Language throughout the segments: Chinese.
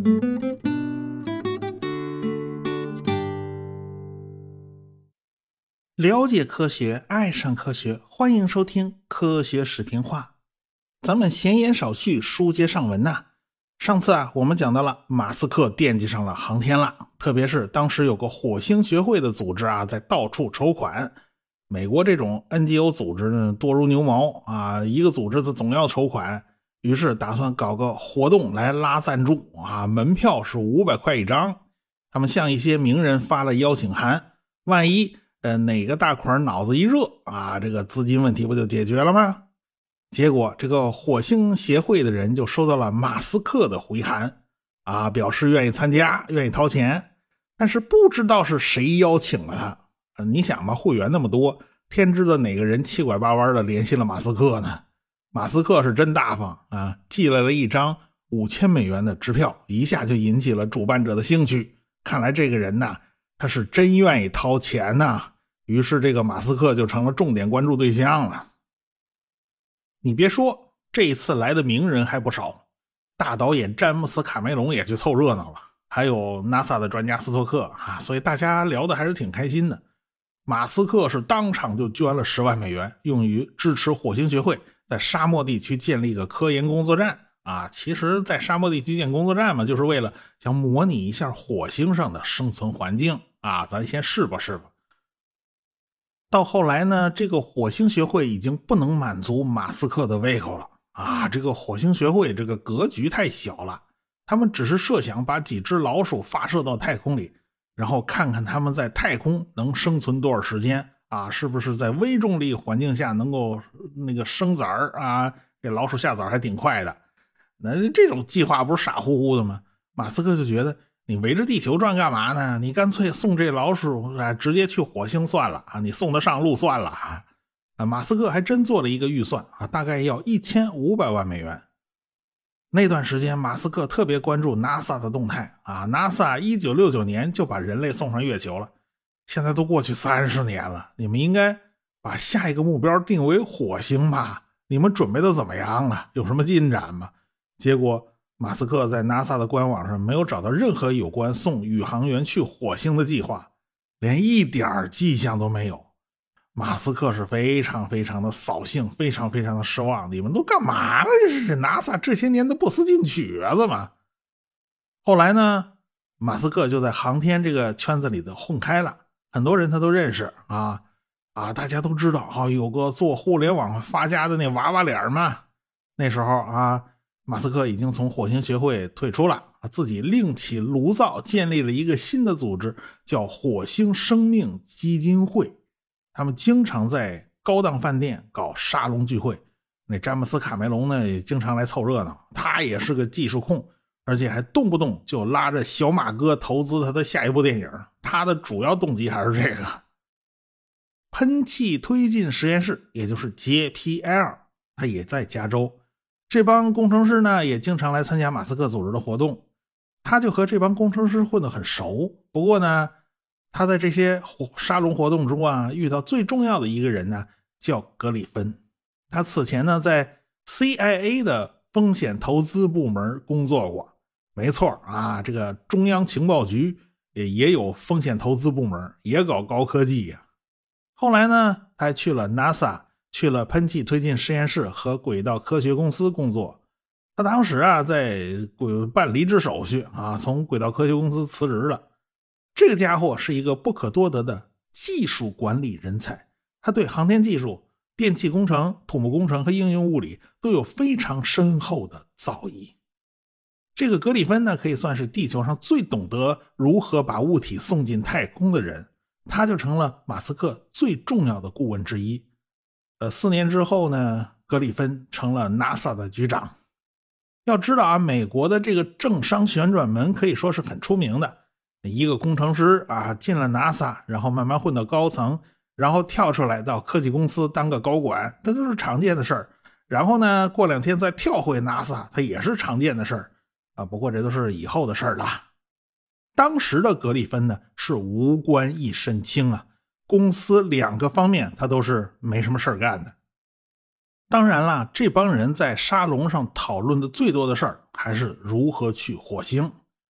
了解科学，爱上科学，欢迎收听科学视频化。咱们闲言少叙，书接上文呐。上次我们讲到了马斯克惦记上了航天了，特别是当时有个火星学会的组织在到处筹款。美国这种 NGO 组织呢多如牛毛一个组织总要筹款，于是打算搞个活动来拉赞助门票是500块一张。他们向一些名人发了邀请函，万一哪个大款脑子一热这个资金问题不就解决了吗？结果这个火星协会的人就收到了马斯克的回函表示愿意参加，愿意掏钱，但是不知道是谁邀请了他。你想吧，会员那么多，天知道哪个人七拐八弯的联系了马斯克呢？马斯克是真大方寄来了一张5000美元的支票，一下就引起了主办者的兴趣。看来这个人他是真愿意掏钱于是这个马斯克就成了重点关注对象了。你别说，这一次来的名人还不少，大导演詹姆斯·卡梅隆也去凑热闹了，还有 NASA 的专家斯托克所以大家聊得还是挺开心的。马斯克是当场就捐了10万美元，用于支持火星学会在沙漠地区建立一个科研工作站其实在沙漠地区建工作站嘛，就是为了想模拟一下火星上的生存环境咱先试吧。到后来呢，这个火星学会已经不能满足马斯克的胃口了这个火星学会这个格局太小了，他们只是设想把几只老鼠发射到太空里，然后看看他们在太空能生存多少时间是不是在微重力环境下能够那个生崽儿这老鼠下崽还挺快的。那这种计划不是傻乎乎的吗？马斯克就觉得你围着地球转干嘛呢？你干脆送这老鼠直接去火星算了你送得上路算了马斯克还真做了一个预算大概要1500万美元。那段时间马斯克特别关注 NASA 的动态NASA 1969年就把人类送上月球了，现在都过去30年了，你们应该把下一个目标定为火星吧？你们准备的怎么样了？有什么进展吗？结果马斯克在 NASA 的官网上没有找到任何有关送宇航员去火星的计划，连一点迹象都没有。马斯克是非常非常的扫兴，非常非常的失望，你们都干嘛了？这是 NASA 这些年的不思进取子嘛。后来呢，马斯克就在航天这个圈子里的混开了，很多人他都认识大家都知道有个做互联网发家的那娃娃脸嘛。那时候马斯克已经从火星学会退出了，自己另起炉灶，建立了一个新的组织，叫火星生命基金会。他们经常在高档饭店搞沙龙聚会，那詹姆斯·卡梅隆呢也经常来凑热闹，他也是个技术控，而且还动不动就拉着小马哥投资他的下一部电影，他的主要动机还是这个。喷气推进实验室，也就是 JPL， 他也在加州。这帮工程师呢也经常来参加马斯克组织的活动，他就和这帮工程师混得很熟。不过呢，他在这些沙龙活动中遇到最重要的一个人呢叫格里芬。他此前呢在 CIA 的风险投资部门工作过。没错这个中央情报局也有风险投资部门，也搞高科技后来呢，他还去了 NASA， 去了喷气推进实验室和轨道科学公司工作。他当时在办离职手续从轨道科学公司辞职了。这个家伙是一个不可多得的技术管理人才，他对航天技术、电气工程、土木工程和应用物理都有非常深厚的造诣。这个格里芬呢，可以算是地球上最懂得如何把物体送进太空的人，他就成了马斯克最重要的顾问之一。4年之后呢，格里芬成了 NASA 的局长。要知道美国的这个政商旋转门可以说是很出名的。一个工程师进了 NASA， 然后慢慢混到高层，然后跳出来到科技公司当个高管，这都是常见的事儿。然后呢，过2天再跳回 NASA， 它也是常见的事儿不过这都是以后的事儿了。当时的格里芬呢是无官一身轻公司2个方面他都是没什么事儿干的。当然了，这帮人在沙龙上讨论的最多的事儿还是如何去火星。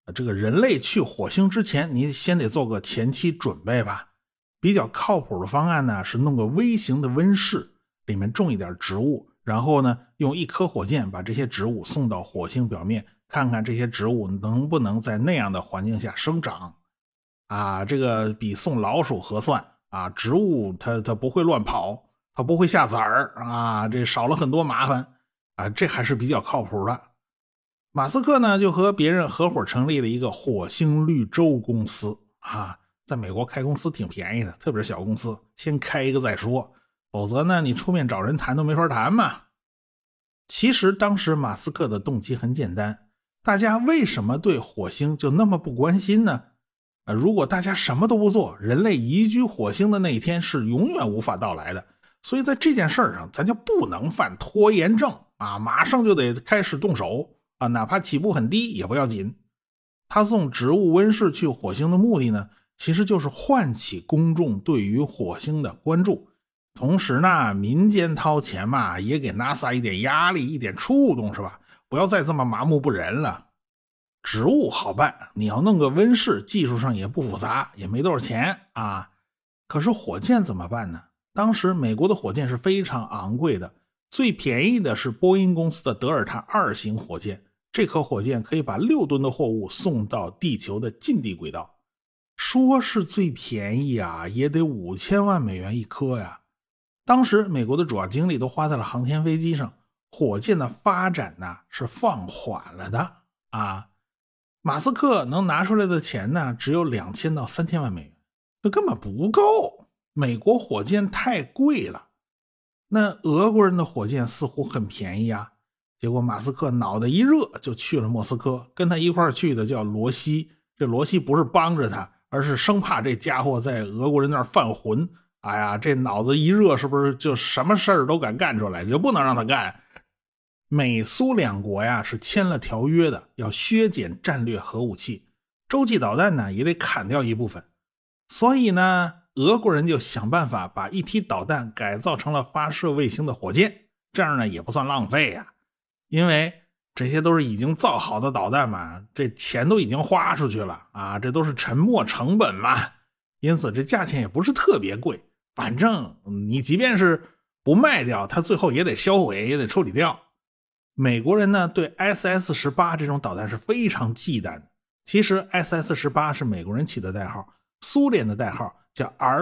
这个人类去火星之前，你先得做个前期准备吧。比较靠谱的方案呢，是弄个微型的温室，里面种一点植物，然后呢，用一颗火箭把这些植物送到火星表面，看看这些植物能不能在那样的环境下生长。这个比送老鼠合算啊，植物它不会乱跑，它不会下崽儿这少了很多麻烦这还是比较靠谱的。马斯克呢就和别人合伙成立了一个火星绿洲公司在美国开公司挺便宜的，特别是小公司，先开一个再说，否则呢你出面找人谈都没法谈嘛。其实当时马斯克的动机很简单，大家为什么对火星就那么不关心呢？如果大家什么都不做，人类移居火星的那一天是永远无法到来的。所以在这件事上咱就不能犯拖延症马上就得开始动手哪怕起步很低也不要紧。他送植物温室去火星的目的呢，其实就是唤起公众对于火星的关注，同时呢民间掏钱嘛，也给 NASA 一点压力，一点触动，是吧？不要再这么麻木不仁了。植物好办，你要弄个温室，技术上也不复杂，也没多少钱可是火箭怎么办呢？当时美国的火箭是非常昂贵的，最便宜的是波音公司的德尔塔2型火箭，这颗火箭可以把6吨的货物送到地球的近地轨道。说是最便宜也得5000万美元一颗呀。当时美国的主要精力都花在了航天飞机上，火箭的发展是放缓了的马斯克能拿出来的钱呢，只有2000到3000万美元，这根本不够。美国火箭太贵了，那俄国人的火箭似乎很便宜结果马斯克脑袋一热就去了莫斯科，跟他一块去的叫罗西。这罗西不是帮着他，而是生怕这家伙在俄国人那儿犯浑。这脑子一热是不是就什么事儿都敢干出来，就不能让他干。美苏两国是签了条约的，要削减战略核武器，洲际导弹呢也得砍掉一部分。所以呢俄国人就想办法把一批导弹改造成了发射卫星的火箭，这样呢也不算浪费因为这些都是已经造好的导弹嘛，这钱都已经花出去了这都是沉没成本嘛，因此这价钱也不是特别贵，反正你即便是不卖掉，它最后也得销毁，也得处理掉。美国人呢对 SS-18 这种导弹是非常忌惮的。其实 SS-18 是美国人起的代号，苏联的代号叫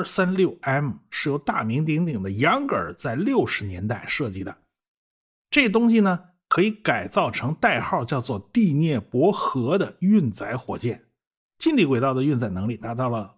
R36M， 是由大名鼎鼎的杨格尔在60年代设计的。这东西呢可以改造成代号叫做第聂伯河的运载火箭，近地轨道的运载能力达到了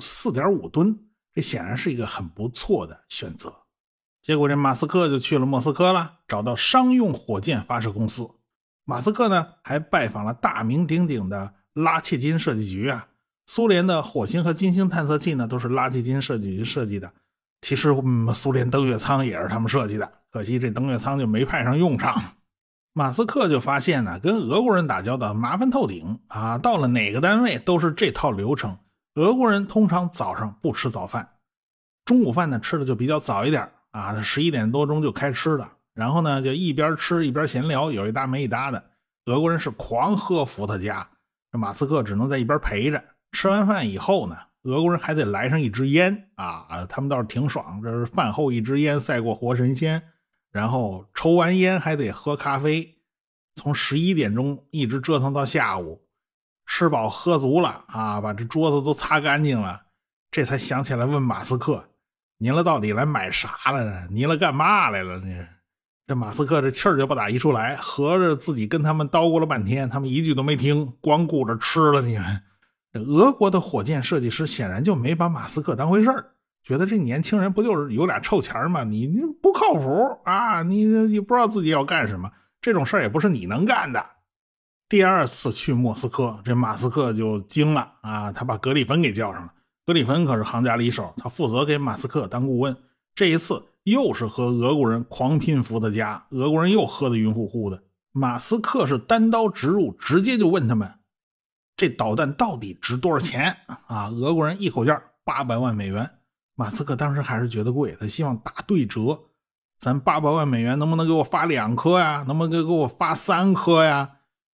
4.5 吨，这显然是一个很不错的选择。结果这马斯克就去了莫斯科了，找到商用火箭发射公司。马斯克呢还拜访了大名鼎鼎的拉切金设计局苏联的火星和金星探测器呢都是拉切金设计局设计的。其实苏联登月舱也是他们设计的，可惜这登月舱就没派上用场。马斯克就发现跟俄国人打交道麻烦透顶到了哪个单位都是这套流程。俄国人通常早上不吃早饭，中午饭呢吃的就比较早一点他11点多钟就开吃了，然后呢就一边吃一边闲聊，有一搭没一搭的。俄国人是狂喝伏特加，这马斯克只能在一边陪着。吃完饭以后呢，俄国人还得来上一支烟他们倒是挺爽，这是饭后一支烟赛过活神仙。然后抽完烟还得喝咖啡，从11点钟一直折腾到下午，吃饱喝足了把这桌子都擦干净了，这才想起来问马斯克，您了到底来买啥来了？您了干嘛来了？这马斯克这气儿就不打一处来，合着自己跟他们叨咕了半天，他们一句都没听，光顾着吃了。你看俄国的火箭设计师显然就没把马斯克当回事儿，觉得这年轻人不就是有俩臭钱吗？你不靠谱你不知道自己要干什么，这种事儿也不是你能干的。第二次去莫斯科，这马斯克就惊了他把格里芬给叫上了。格里芬可是行家里手，他负责给马斯克当顾问。这一次又是和俄国人狂拼伏特加，俄国人又喝得晕乎乎的。马斯克是单刀直入，直接就问他们这导弹到底值多少钱俄国人一口价800万美元。马斯克当时还是觉得贵，他希望打对折，咱800万美元能不能给我发2颗呀？能不能给我发3颗呀？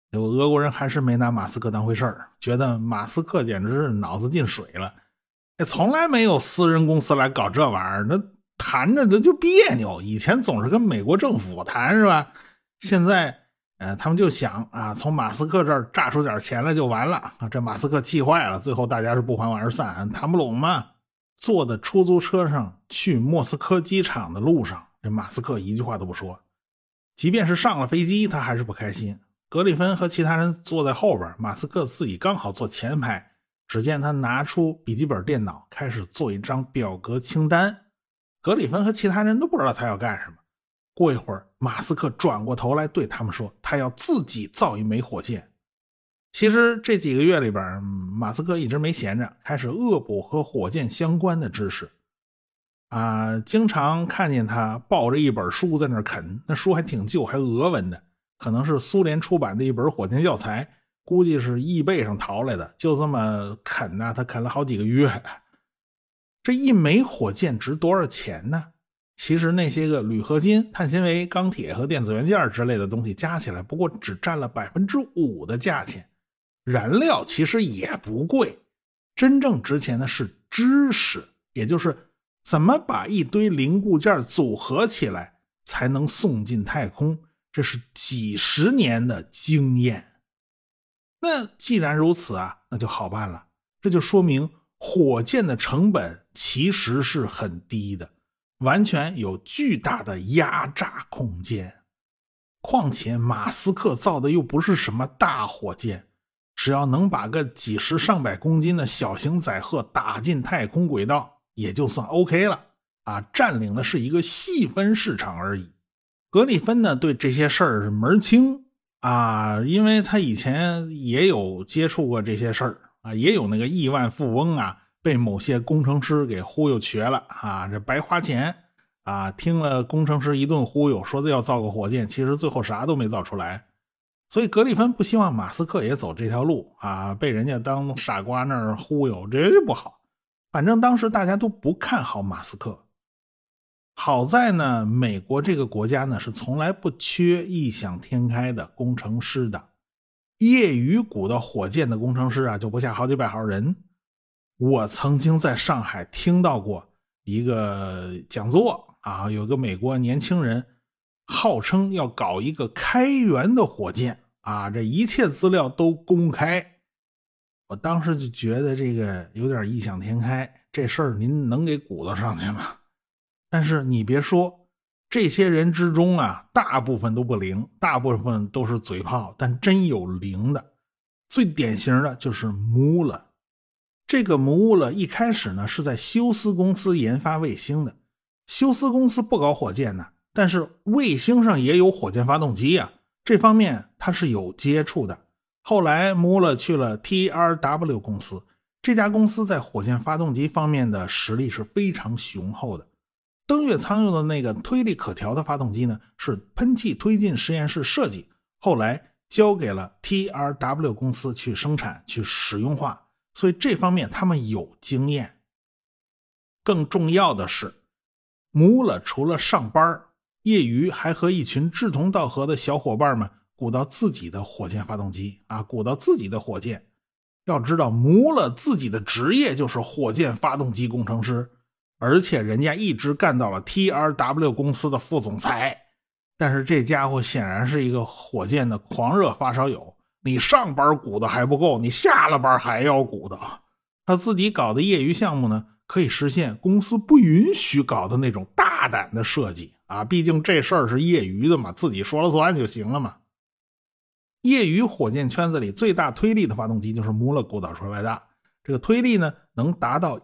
有俄国人还是没拿马斯克当回事儿，觉得马斯克简直是脑子进水了。从来没有私人公司来搞这玩意儿，那谈着就别扭。以前总是跟美国政府谈是吧？现在他们就想啊，从马斯克这儿榨出点钱来就完了啊。这马斯克气坏了，最后大家是不欢而散，谈不拢嘛。坐的出租车上去莫斯科机场的路上，这马斯克一句话都不说。即便是上了飞机，他还是不开心。格里芬和其他人坐在后边，马斯克自己刚好坐前排。只见他拿出笔记本电脑，开始做一张表格清单。格里芬和其他人都不知道他要干什么。过一会儿，马斯克转过头来对他们说，他要自己造一枚火箭。其实这几个月里边，马斯克一直没闲着，开始恶补和火箭相关的知识。经常看见他抱着一本书在那啃，那书还挺旧，还俄文的，可能是苏联出版的一本火箭教材。估计是易贝上淘来的，就这么啃他啃了好几个月。这一枚火箭值多少钱呢？其实那些个铝合金、碳纤维、钢铁和电子元件之类的东西加起来，不过只占了 5% 的价钱。燃料其实也不贵，真正值钱的是知识，也就是怎么把一堆零部件组合起来才能送进太空，这是几十年的经验。那既然如此啊，那就好办了。这就说明火箭的成本其实是很低的，完全有巨大的压榨空间。况且马斯克造的又不是什么大火箭，只要能把个几十上百公斤的小型载荷打进太空轨道，也就算 OK 了占领的是一个细分市场而已。格里芬呢，对这些事儿是门清因为他以前也有接触过这些事儿也有那个亿万富翁被某些工程师给忽悠瘸了这白花钱听了工程师一顿忽悠，说的要造个火箭，其实最后啥都没造出来。所以格里芬不希望马斯克也走这条路被人家当傻瓜那儿忽悠，这就不好。反正当时大家都不看好马斯克。好在呢，美国这个国家呢是从来不缺异想天开的工程师的。业余鼓捣火箭的工程师就不下好几百号人。我曾经在上海听到过一个讲座有个美国年轻人号称要搞一个开源的火箭这一切资料都公开。我当时就觉得这个有点异想天开，这事儿您能给鼓捣上去吗？但是你别说，这些人之中大部分都不灵，大部分都是嘴炮，但真有灵的。最典型的就是穆勒。这个穆勒一开始呢是在休斯公司研发卫星的。休斯公司不搞火箭呢，但是卫星上也有火箭发动机这方面他是有接触的。后来穆勒去了 TRW 公司，这家公司在火箭发动机方面的实力是非常雄厚的。登月舱用的那个推力可调的发动机呢，是喷气推进实验室设计，后来交给了 TRW 公司去生产去使用化，所以这方面他们有经验。更重要的是，穆勒除了上班，业余还和一群志同道合的小伙伴们鼓捣自己的火箭发动机鼓捣自己的火箭。要知道穆勒自己的职业就是火箭发动机工程师，而且人家一直干到了 TRW 公司的副总裁。但是这家伙显然是一个火箭的狂热发烧友，你上班鼓捣还不够，你下了班还要鼓捣。他自己搞的业余项目呢，可以实现公司不允许搞的那种大胆的设计毕竟这事儿是业余的嘛，自己说了算就行了嘛。业余火箭圈子里最大推力的发动机就是穆勒鼓捣出来的，这个推力呢能达到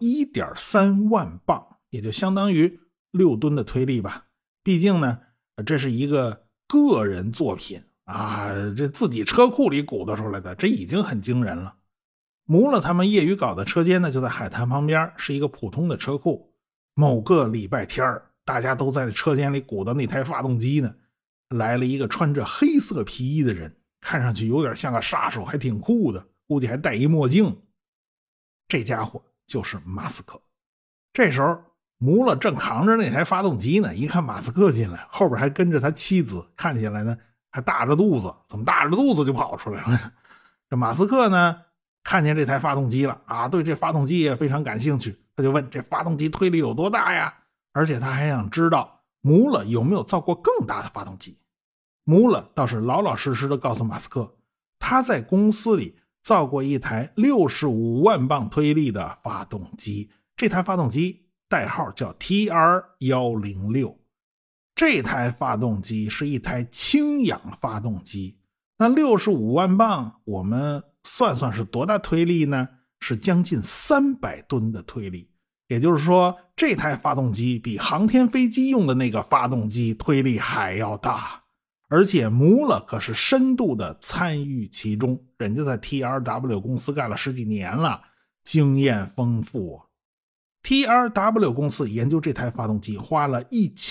1.3万磅，也就相当于6吨的推力吧。毕竟呢这是一个个人作品这自己车库里鼓捣出来的，这已经很惊人了。穆勒他们业余搞的车间呢就在海滩旁边，是一个普通的车库。某个礼拜天大家都在车间里鼓捣那台发动机呢，来了一个穿着黑色皮衣的人，看上去有点像个杀手，还挺酷的，估计还戴一墨镜。这家伙就是马斯克。这时候穆勒正扛着那台发动机呢，一看马斯克进来，后边还跟着他妻子，看起来呢还大着肚子，怎么大着肚子就跑出来了？这马斯克呢，看见这台发动机了啊，对这发动机也非常感兴趣，他就问这发动机推力有多大呀？而且他还想知道穆勒有没有造过更大的发动机。穆勒倒是老老实实的告诉马斯克，他在公司里造过一台65万磅推力的发动机，这台发动机代号叫 TR-106。这台发动机是一台氢氧发动机，那65万磅我们算算是多大推力呢？是将近300吨的推力。也就是说，这台发动机比航天飞机用的那个发动机推力还要大。而且穆勒可是深度的参与其中，人家在 TRW 公司干了10几年了，经验丰富。TRW 公司研究这台发动机花了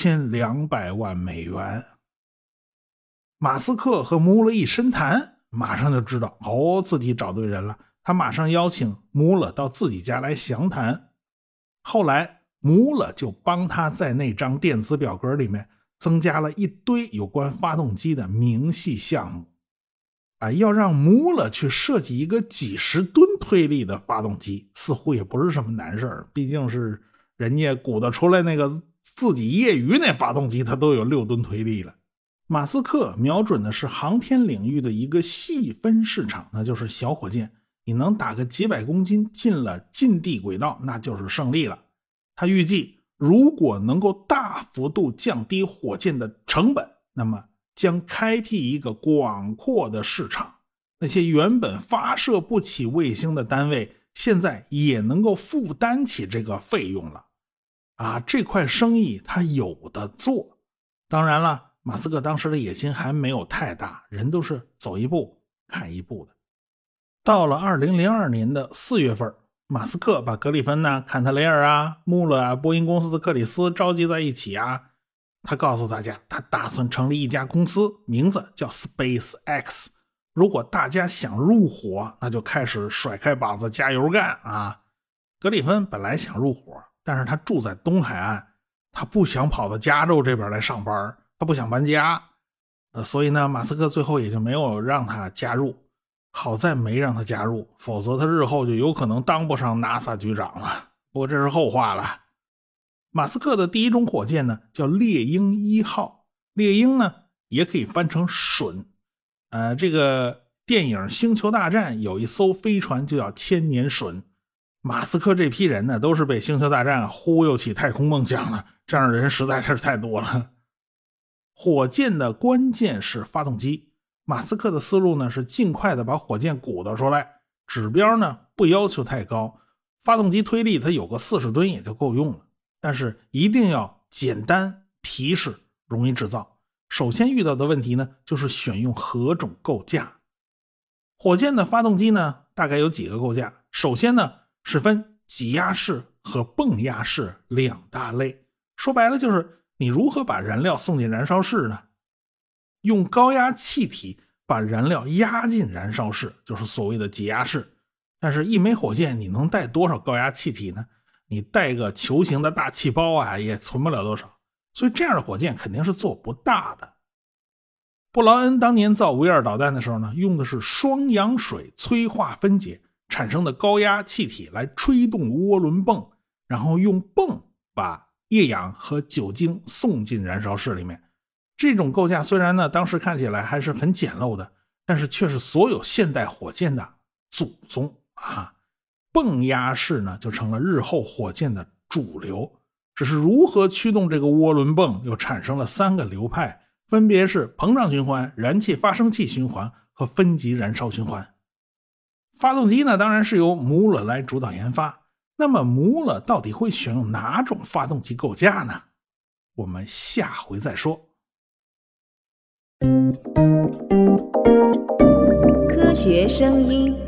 1200万美元。马斯克和穆勒一深谈，马上就知道自己找对人了，他马上邀请穆勒到自己家来详谈。后来穆勒就帮他在那张电子表格里面增加了一堆有关发动机的明细项目要让穆勒去设计一个几十吨推力的发动机，似乎也不是什么难事儿，毕竟是人家鼓捣出来那个自己业余那发动机，它都有6吨推力了。马斯克瞄准的是航天领域的一个细分市场，那就是小火箭，你能打个几百公斤进了近地轨道，那就是胜利了。他预计如果能够大幅度降低火箭的成本，那么将开辟一个广阔的市场，那些原本发射不起卫星的单位，现在也能够负担起这个费用了这块生意他有的做。当然了，马斯克当时的野心还没有太大，人都是走一步看一步的。到了2002年的4月份，马斯克把格里芬坎特雷尔穆勒波音公司的克里斯召集在一起他告诉大家，他打算成立一家公司，名字叫 SpaceX。 如果大家想入伙，那就开始甩开膀子加油干格里芬本来想入伙，但是他住在东海岸，他不想跑到加州这边来上班，他不想搬家所以呢，马斯克最后也就没有让他加入。好在没让他加入，否则他日后就有可能当不上 NASA 局长了。不过这是后话了。马斯克的第一种火箭呢，叫猎鹰1号。猎鹰呢，也可以翻成隼。这个电影《星球大战》有一艘飞船就叫千年隼。马斯克这批人呢，都是被《星球大战》忽悠起太空梦想了，这样的人实在是太多了。火箭的关键是发动机。马斯克的思路呢，是尽快的把火箭鼓捣出来，指标呢不要求太高，发动机推力它有个40吨也就够用了，但是一定要简单、皮实、容易制造。首先遇到的问题呢，就是选用何种构架。火箭的发动机呢，大概有几个构架。首先呢，是分挤压式和泵压式2大类。说白了就是你如何把燃料送进燃烧室呢？用高压气体把燃料压进燃烧室，就是所谓的挤压式。但是一枚火箭你能带多少高压气体呢？你带个球形的大气包也存不了多少，所以这样的火箭肯定是做不大的。布劳恩当年造V2导弹的时候呢，用的是双氧水催化分解产生的高压气体来吹动涡轮泵，然后用泵把液氧和酒精送进燃烧室里面。这种构架虽然呢当时看起来还是很简陋的，但是却是所有现代火箭的祖宗泵压式呢就成了日后火箭的主流。只是如何驱动这个涡轮泵又产生了3个流派，分别是膨胀循环、燃气发生器循环和分级燃烧循环。发动机呢当然是由穆勒来主导研发，那么穆勒到底会选用哪种发动机构架呢？我们下回再说。 科学声音